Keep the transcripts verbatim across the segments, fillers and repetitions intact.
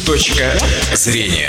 Точка зрения.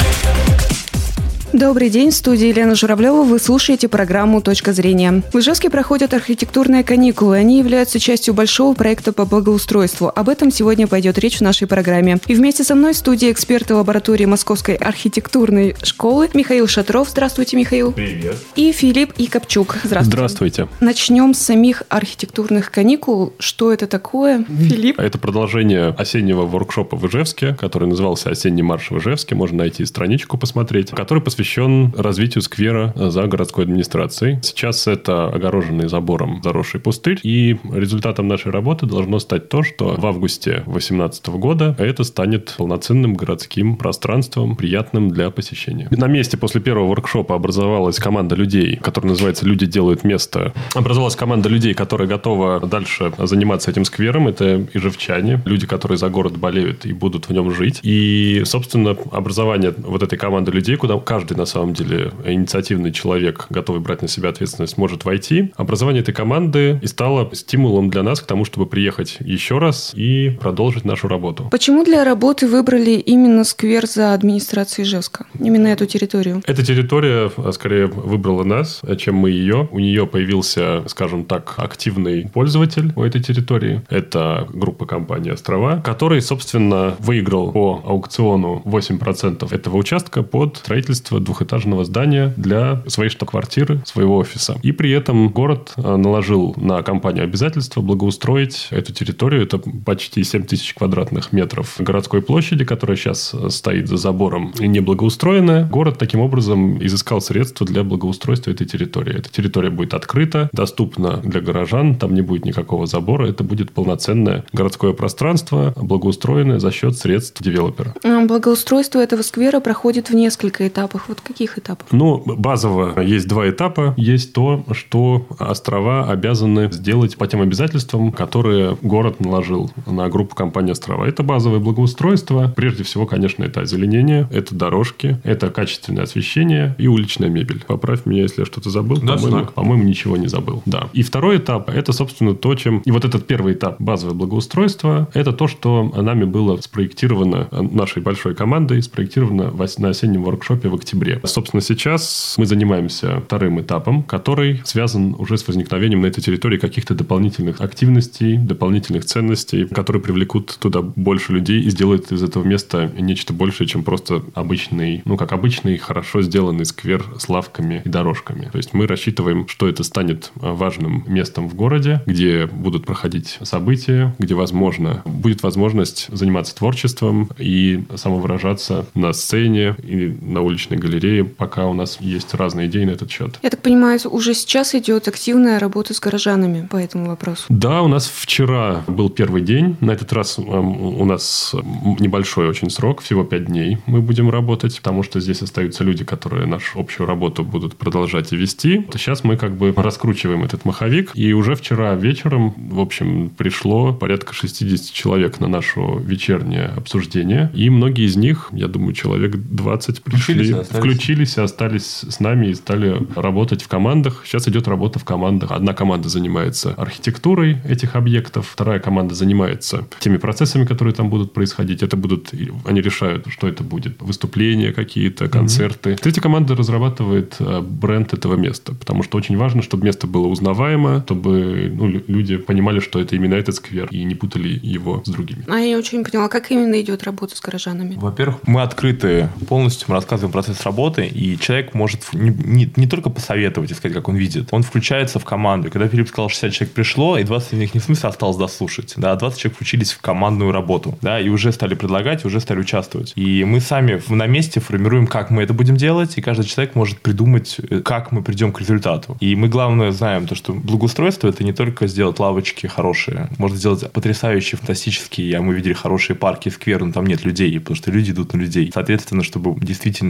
Добрый день, в студии Елена Журавлева. Вы слушаете программу «Точка зрения». В Ижевске проходят архитектурные каникулы. Они являются частью большого проекта по благоустройству. Об этом сегодня пойдет речь в нашей программе. И вместе со мной в студии эксперты лаборатории Московской архитектурной школы Михаил Шатров. Здравствуйте, Михаил. Привет. И Филипп Икопчук. Здравствуйте. Здравствуйте. Начнем с самих архитектурных каникул. Что это такое, Филипп? Это продолжение осеннего воркшопа в Ижевске, который назывался «Осенний марш в Ижевске». Можно найти страничку, посмотреть, который посвящен развитию сквера за городской администрацией. Сейчас это огороженный забором заросший пустырь. И результатом нашей работы должно стать то, что в августе две тысячи восемнадцатого года это станет полноценным городским пространством, приятным для посещения. На месте после первого воркшопа образовалась команда людей, которая называется «Люди делают место». Образовалась команда людей, которая готова дальше заниматься этим сквером. Это ижевчане, люди, которые за город болеют и будут в нем жить. И, собственно, образование вот этой команды людей, куда каждый на самом деле инициативный человек, готовый брать на себя ответственность, может войти. Образование этой команды и стало стимулом для нас к тому, чтобы приехать еще раз и продолжить нашу работу. Почему для работы выбрали именно сквер за администрацией Ижевска? Именно эту территорию? Эта территория, скорее, выбрала нас, чем мы ее. У нее появился, скажем так, активный пользователь у этой территории. Это группа компании «Острова», который, собственно, выиграл по аукциону восемь процентов этого участка под строительство двухэтажного здания для своей штаб-квартиры, своего офиса. И при этом город наложил на компанию обязательство благоустроить эту территорию. Это почти семь тысяч квадратных метров городской площади, которая сейчас стоит за забором и не благоустроенная. Город таким образом изыскал средства для благоустройства этой территории. Эта территория будет открыта, доступна для горожан, там не будет никакого забора. Это будет полноценное городское пространство, благоустроенное за счет средств девелопера. Благоустройство этого сквера проходит в несколько этапах. Вот каких этапов? Ну, базово есть два этапа. Есть то, что острова обязаны сделать по тем обязательствам, которые город наложил на группу компании «Острова». Это базовое благоустройство. Прежде всего, конечно, это озеленение, это дорожки, это качественное освещение и уличная мебель. Поправь меня, если я что-то забыл. Да, по-моему, по-моему, ничего не забыл. Да. И второй этап – это, собственно, то, чем... И вот этот первый этап, базовое благоустройство, это то, что нами было спроектировано, нашей большой командой, спроектировано на осеннем воркшопе в октябре. Собственно, сейчас мы занимаемся вторым этапом, который связан уже с возникновением на этой территории каких-то дополнительных активностей, дополнительных ценностей, которые привлекут туда больше людей и сделают из этого места нечто большее, чем просто обычный, ну, как обычный, хорошо сделанный сквер с лавками и дорожками. То есть мы рассчитываем, что это станет важным местом в городе, где будут проходить события, где, возможно, будет возможность заниматься творчеством и самовыражаться на сцене и на уличной галерее, пока у нас есть разные идеи на этот счет. Я так понимаю, уже сейчас идет активная работа с горожанами по этому вопросу? Да, у нас вчера был первый день. На этот раз у нас небольшой очень срок, всего пять дней мы будем работать, потому что здесь остаются люди, которые нашу общую работу будут продолжать и вести. Сейчас мы как бы раскручиваем этот маховик, и уже вчера вечером, в общем, пришло порядка шестьдесят человек на наше вечернее обсуждение, и многие из них, я думаю, человек двадцать пришли, Включились, включились и остались с нами и стали работать в командах. Сейчас идет работа в командах. Одна команда занимается архитектурой этих объектов, вторая команда занимается теми процессами, которые там будут происходить. Это будут, они решают, что это будет. Выступления какие-то, концерты. Mm-hmm. Третья команда разрабатывает бренд этого места, потому что очень важно, чтобы место было узнаваемо, чтобы ну, люди понимали, что это именно этот сквер, и не путали его с другими. А я очень не поняла, как именно идет работа с горожанами? Во-первых, мы открыты полностью, мы рассказываем процесс работы, и человек может не, не, не только посоветовать и сказать, как он видит, он включается в команду. И когда Филипп сказал, шестьдесят человек пришло, и двадцать из них не в смысле осталось дослушать, да, двадцать человек включились в командную работу, да, и уже стали предлагать, уже стали участвовать. И мы сами на месте формируем, как мы это будем делать, и каждый человек может придумать, как мы придем к результату. И мы, главное, знаем то, что благоустройство – это не только сделать лавочки хорошие, можно сделать потрясающие, фантастические, а мы видели хорошие парки и скверы, но там нет людей, потому что люди идут на людей. Соответственно, чтобы действительно общественность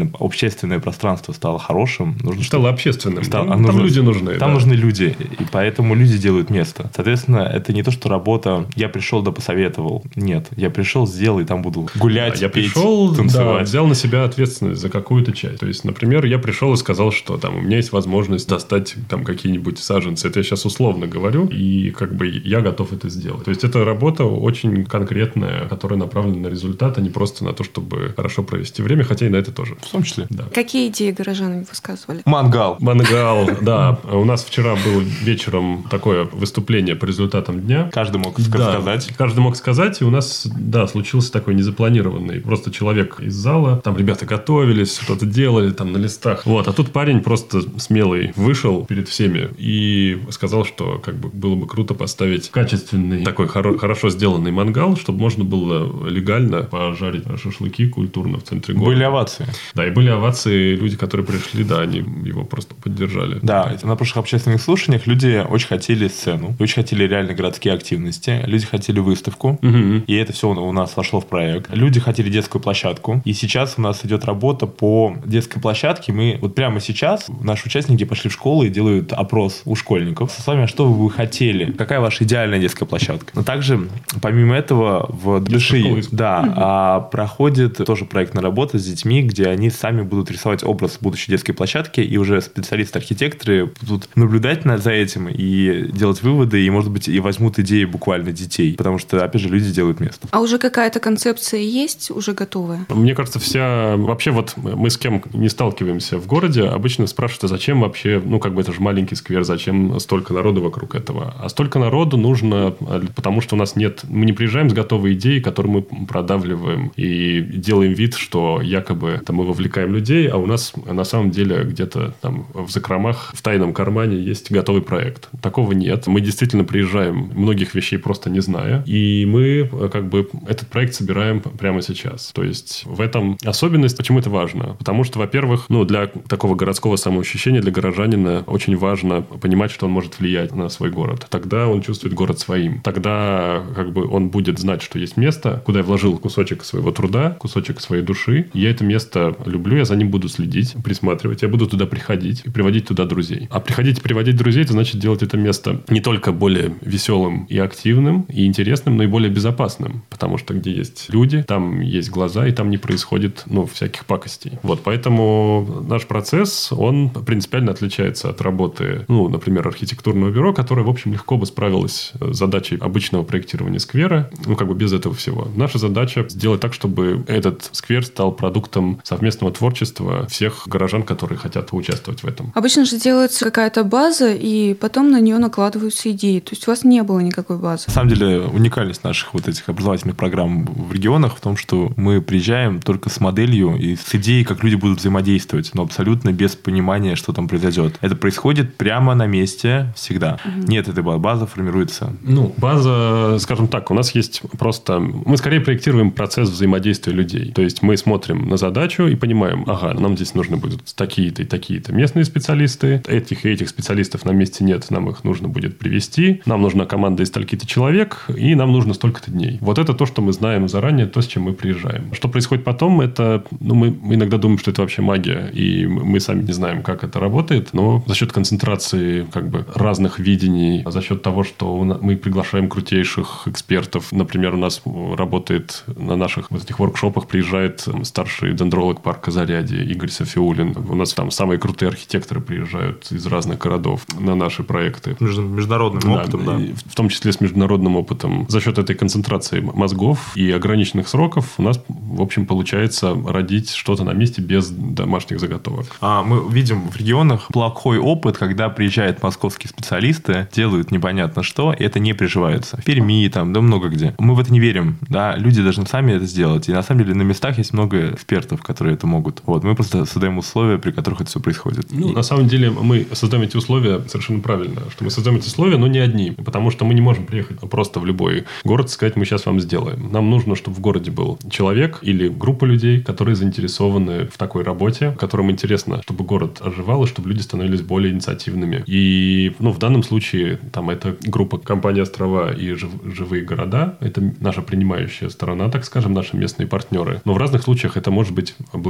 общественное пространство стало хорошим, нужно... Стало общественным. Стало, ну, а там нужно, люди нужны. Там да. нужны люди, и поэтому люди делают место. Соответственно, это не то, что работа «я пришел да посоветовал». Нет, я пришел, сделал, и там буду гулять, Я петь, пришел, танцевать. Да, взял на себя ответственность за какую-то часть. То есть, например, я пришел и сказал, что там у меня есть возможность достать там какие-нибудь саженцы. Это я сейчас условно говорю, и как бы я готов это сделать. То есть, это работа очень конкретная, которая направлена на результат, а не просто на то, чтобы хорошо провести время, хотя и на это тоже. В том числе. Да. Какие идеи горожанам высказывали? Мангал. Мангал, да. У нас вчера было вечером такое выступление по результатам дня. Каждый мог Да, сказать. каждый мог сказать, и у нас, да, случился такой незапланированный. Просто человек из зала, там ребята готовились, что-то делали там на листах. Вот, а тут парень просто смелый вышел перед всеми и сказал, что как бы было бы круто поставить качественный, такой хоро- хорошо сделанный мангал, чтобы можно было легально пожарить шашлыки культурно в центре города. Были овации. Да, и были овации, люди, которые пришли, да, они его просто поддержали. Да, на прошлых общественных слушаниях люди очень хотели сцену, очень хотели реально городские активности, люди хотели выставку, Угу. и это все у нас вошло в проект. Люди хотели детскую площадку, и сейчас у нас идет работа по детской площадке. Мы вот прямо сейчас, наши участники пошли в школу и делают опрос у школьников со словами, что вы бы хотели, какая ваша идеальная детская площадка. Но также, помимо этого, в Души, да, а, проходит тоже проектная работа с детьми, где они сами будут рисовать образ будущей детской площадки, и уже специалисты-архитекторы будут наблюдать на, за этим и делать выводы, и, может быть, и возьмут идеи буквально детей, потому что, опять же, люди делают место. А уже какая-то концепция есть, уже готовая? Мне кажется, вся... Вообще вот мы с кем не сталкиваемся в городе, обычно спрашивают, а зачем вообще, ну, как бы это же маленький сквер, зачем столько народу вокруг этого? А столько народу нужно, потому что у нас нет... Мы не приезжаем с готовой идеей, которую мы продавливаем и делаем вид, что якобы там, мы вовлекаем людей, а у нас на самом деле где-то там в закромах, в тайном кармане есть готовый проект. Такого нет. Мы действительно приезжаем, многих вещей просто не зная, и мы как бы этот проект собираем прямо сейчас. То есть в этом особенность. Почему это важно? Потому что, во-первых, ну, для такого городского самоощущения, для горожанина очень важно понимать, что он может влиять на свой город. Тогда он чувствует город своим. Тогда как бы он будет знать, что есть место, куда я вложил кусочек своего труда, кусочек своей души. Я это место люблю, я за ним буду следить, присматривать. Я буду туда приходить и приводить туда друзей. А приходить и приводить друзей, это значит делать это место не только более веселым и активным, и интересным, но и более безопасным. Потому что где есть люди, там есть глаза, и там не происходит, ну, всяких пакостей. Вот, поэтому наш процесс, он принципиально отличается от работы, ну, например, архитектурного бюро, которое, в общем, легко бы справилось с задачей обычного проектирования сквера, ну, как бы без этого всего. Наша задача сделать так, чтобы этот сквер стал продуктом совместного творчества всех горожан, которые хотят участвовать в этом. Обычно же делается какая-то база, и потом на нее накладываются идеи. То есть у вас не было никакой базы. На самом деле, уникальность наших вот этих образовательных программ в регионах в том, что мы приезжаем только с моделью и с идеей, как люди будут взаимодействовать, но абсолютно без понимания, что там произойдет. Это происходит прямо на месте всегда. Угу. Нет, эта база формируется. Ну, база, скажем так, у нас есть просто... Мы скорее проектируем процесс взаимодействия людей. То есть мы смотрим на задачу и понимаем, ага, нам здесь нужны будут такие-то и такие-то местные специалисты, этих и этих специалистов на месте нет, нам их нужно будет привести, нам нужна команда из стольки-то человек, и нам нужно столько-то дней. Вот это то, что мы знаем заранее, то, с чем мы приезжаем. Что происходит потом, это... Ну, мы иногда думаем, что это вообще магия, и мы сами не знаем, как это работает, но за счет концентрации как бы разных видений, за счет того, что мы приглашаем крутейших экспертов. Например, у нас работает на наших вот этих воркшопах, приезжает старший дендролог парка Зарядье Игорь Софиулин. У нас там самые крутые архитекторы приезжают из разных городов на наши проекты. Международным да, опытом, да. В том числе с международным опытом. За счет этой концентрации мозгов и ограниченных сроков у нас, в общем, получается родить что-то на месте без домашних заготовок. А мы видим в регионах плохой опыт, когда приезжают московские специалисты, делают непонятно что, и это не приживается. В Перми, там, да много где. Мы в это не верим, да, люди должны сами это сделать. И на самом деле на местах есть много экспертов, которые это могут. Вот, мы просто создаем условия, при которых это все происходит. Ну, и... на самом деле мы создаем эти условия совершенно правильно, что мы создаем эти условия, но не одни, потому что мы не можем приехать просто в любой город и сказать, мы сейчас вам сделаем. Нам нужно, чтобы в городе был человек или группа людей, которые заинтересованы в такой работе, которым интересно, чтобы город оживал и чтобы люди становились более инициативными. И, ну, в данном случае там это группа компании «Острова» и жив, «Живые города». Это наша принимающая сторона, так скажем, наши местные партнеры. Но в разных случаях это может быть благотворительный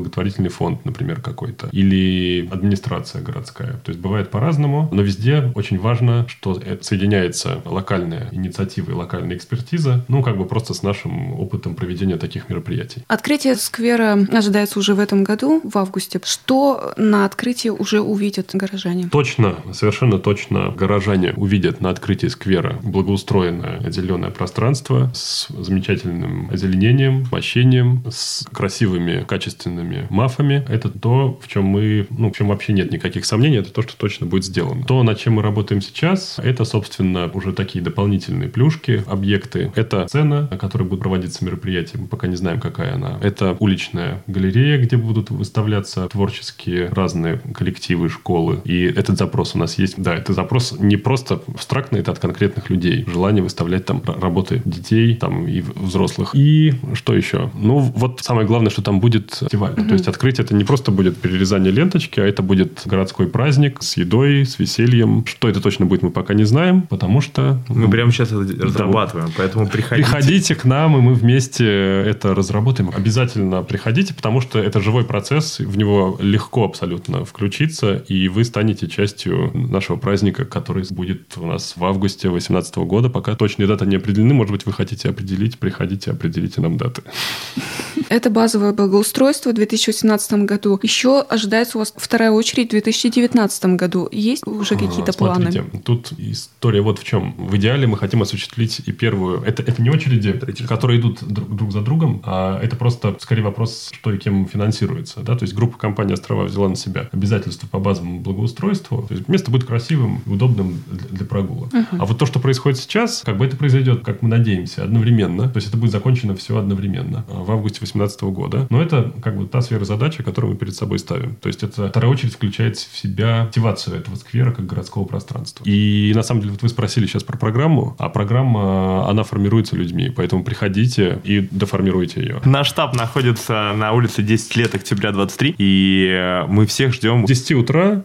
благотворительный фонд, например, какой-то, или администрация городская. То есть бывает по-разному, но везде очень важно, что соединяется локальная инициатива и локальная экспертиза, ну, как бы просто с нашим опытом проведения таких мероприятий. Открытие сквера ожидается уже в этом году, в августе. Что на открытии уже увидят горожане? Точно, совершенно точно горожане увидят на открытии сквера благоустроенное зеленое пространство с замечательным озеленением, мощением, с красивыми, качественными мафами. Это то, в чем мы, ну, в чем вообще нет никаких сомнений, это то, что точно будет сделано. То, над чем мы работаем сейчас, это, собственно, уже такие дополнительные плюшки, объекты. Это сцена, на которой будут проводиться мероприятия, мы пока не знаем, какая она. Это уличная галерея, где будут выставляться творческие разные коллективы, школы. И этот запрос у нас есть. Да, это запрос не просто абстрактный, это от конкретных людей. Желание выставлять там работы детей там, и взрослых. И что еще? Ну, вот самое главное, что там будет фестиваль. Mm-hmm. То есть открытие это не просто будет перерезание ленточки, а это будет городской праздник с едой, с весельем. Что это точно будет, мы пока не знаем, потому что... Мы прямо сейчас это разрабатываем, да, поэтому приходите. Приходите к нам, и мы вместе это разработаем. Обязательно приходите, потому что это живой процесс, в него легко абсолютно включиться, и вы станете частью нашего праздника, который будет у нас в августе две тысячи восемнадцатого года. Пока точные даты не определены, может быть, вы хотите определить, приходите, определите нам даты. Это базовое благоустройство в две тысячи восемнадцатом году. Еще ожидается у вас вторая очередь в две тысячи девятнадцатом году. Есть уже какие-то а, планы? Смотрите, тут история вот в чем. В идеале мы хотим осуществить и первую... Это, это не очереди, которые идут друг, друг за другом, а это просто, скорее, вопрос, что и кем финансируется. Да? То есть группа компании «Острова» взяла на себя обязательства по базовому благоустройству. То есть место будет красивым, удобным для, для прогулок. Uh-huh. А вот то, что происходит сейчас, как бы это произойдет, как мы надеемся, одновременно. То есть это будет закончено все одновременно в августе две тысячи восемнадцатого года. Но это как бы та сфера задачи, которую мы перед собой ставим. То есть это вторая очередь включает в себя активацию этого сквера как городского пространства. И на самом деле вот вы спросили сейчас про программу, а программа, она формируется людьми, поэтому приходите и доформируйте ее. Наш штаб находится на улице десять лет, октября двадцать три, и мы всех ждем. С десяти утра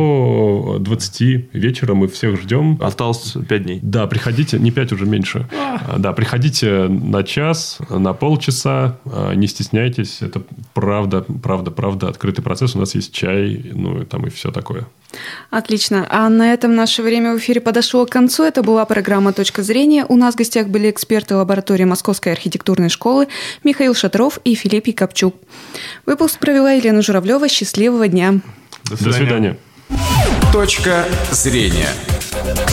до двадцати вечера мы всех ждем. Осталось пять дней. Да, приходите, не пять, уже меньше. А. Да, приходите на час, на полчаса, не стесняйтесь, это правда, правда, правда, открытый процесс, у нас есть чай, ну, там и все такое. Отлично. А на этом наше время в эфире подошло к концу. Это была программа «Точка зрения». У нас в гостях были эксперты лаборатории Московской архитектурной школы Михаил Шатров и Филипп Якобчук. Выпуск провела Елена Журавлева. Счастливого дня. До свидания. До свидания. Точка зрения.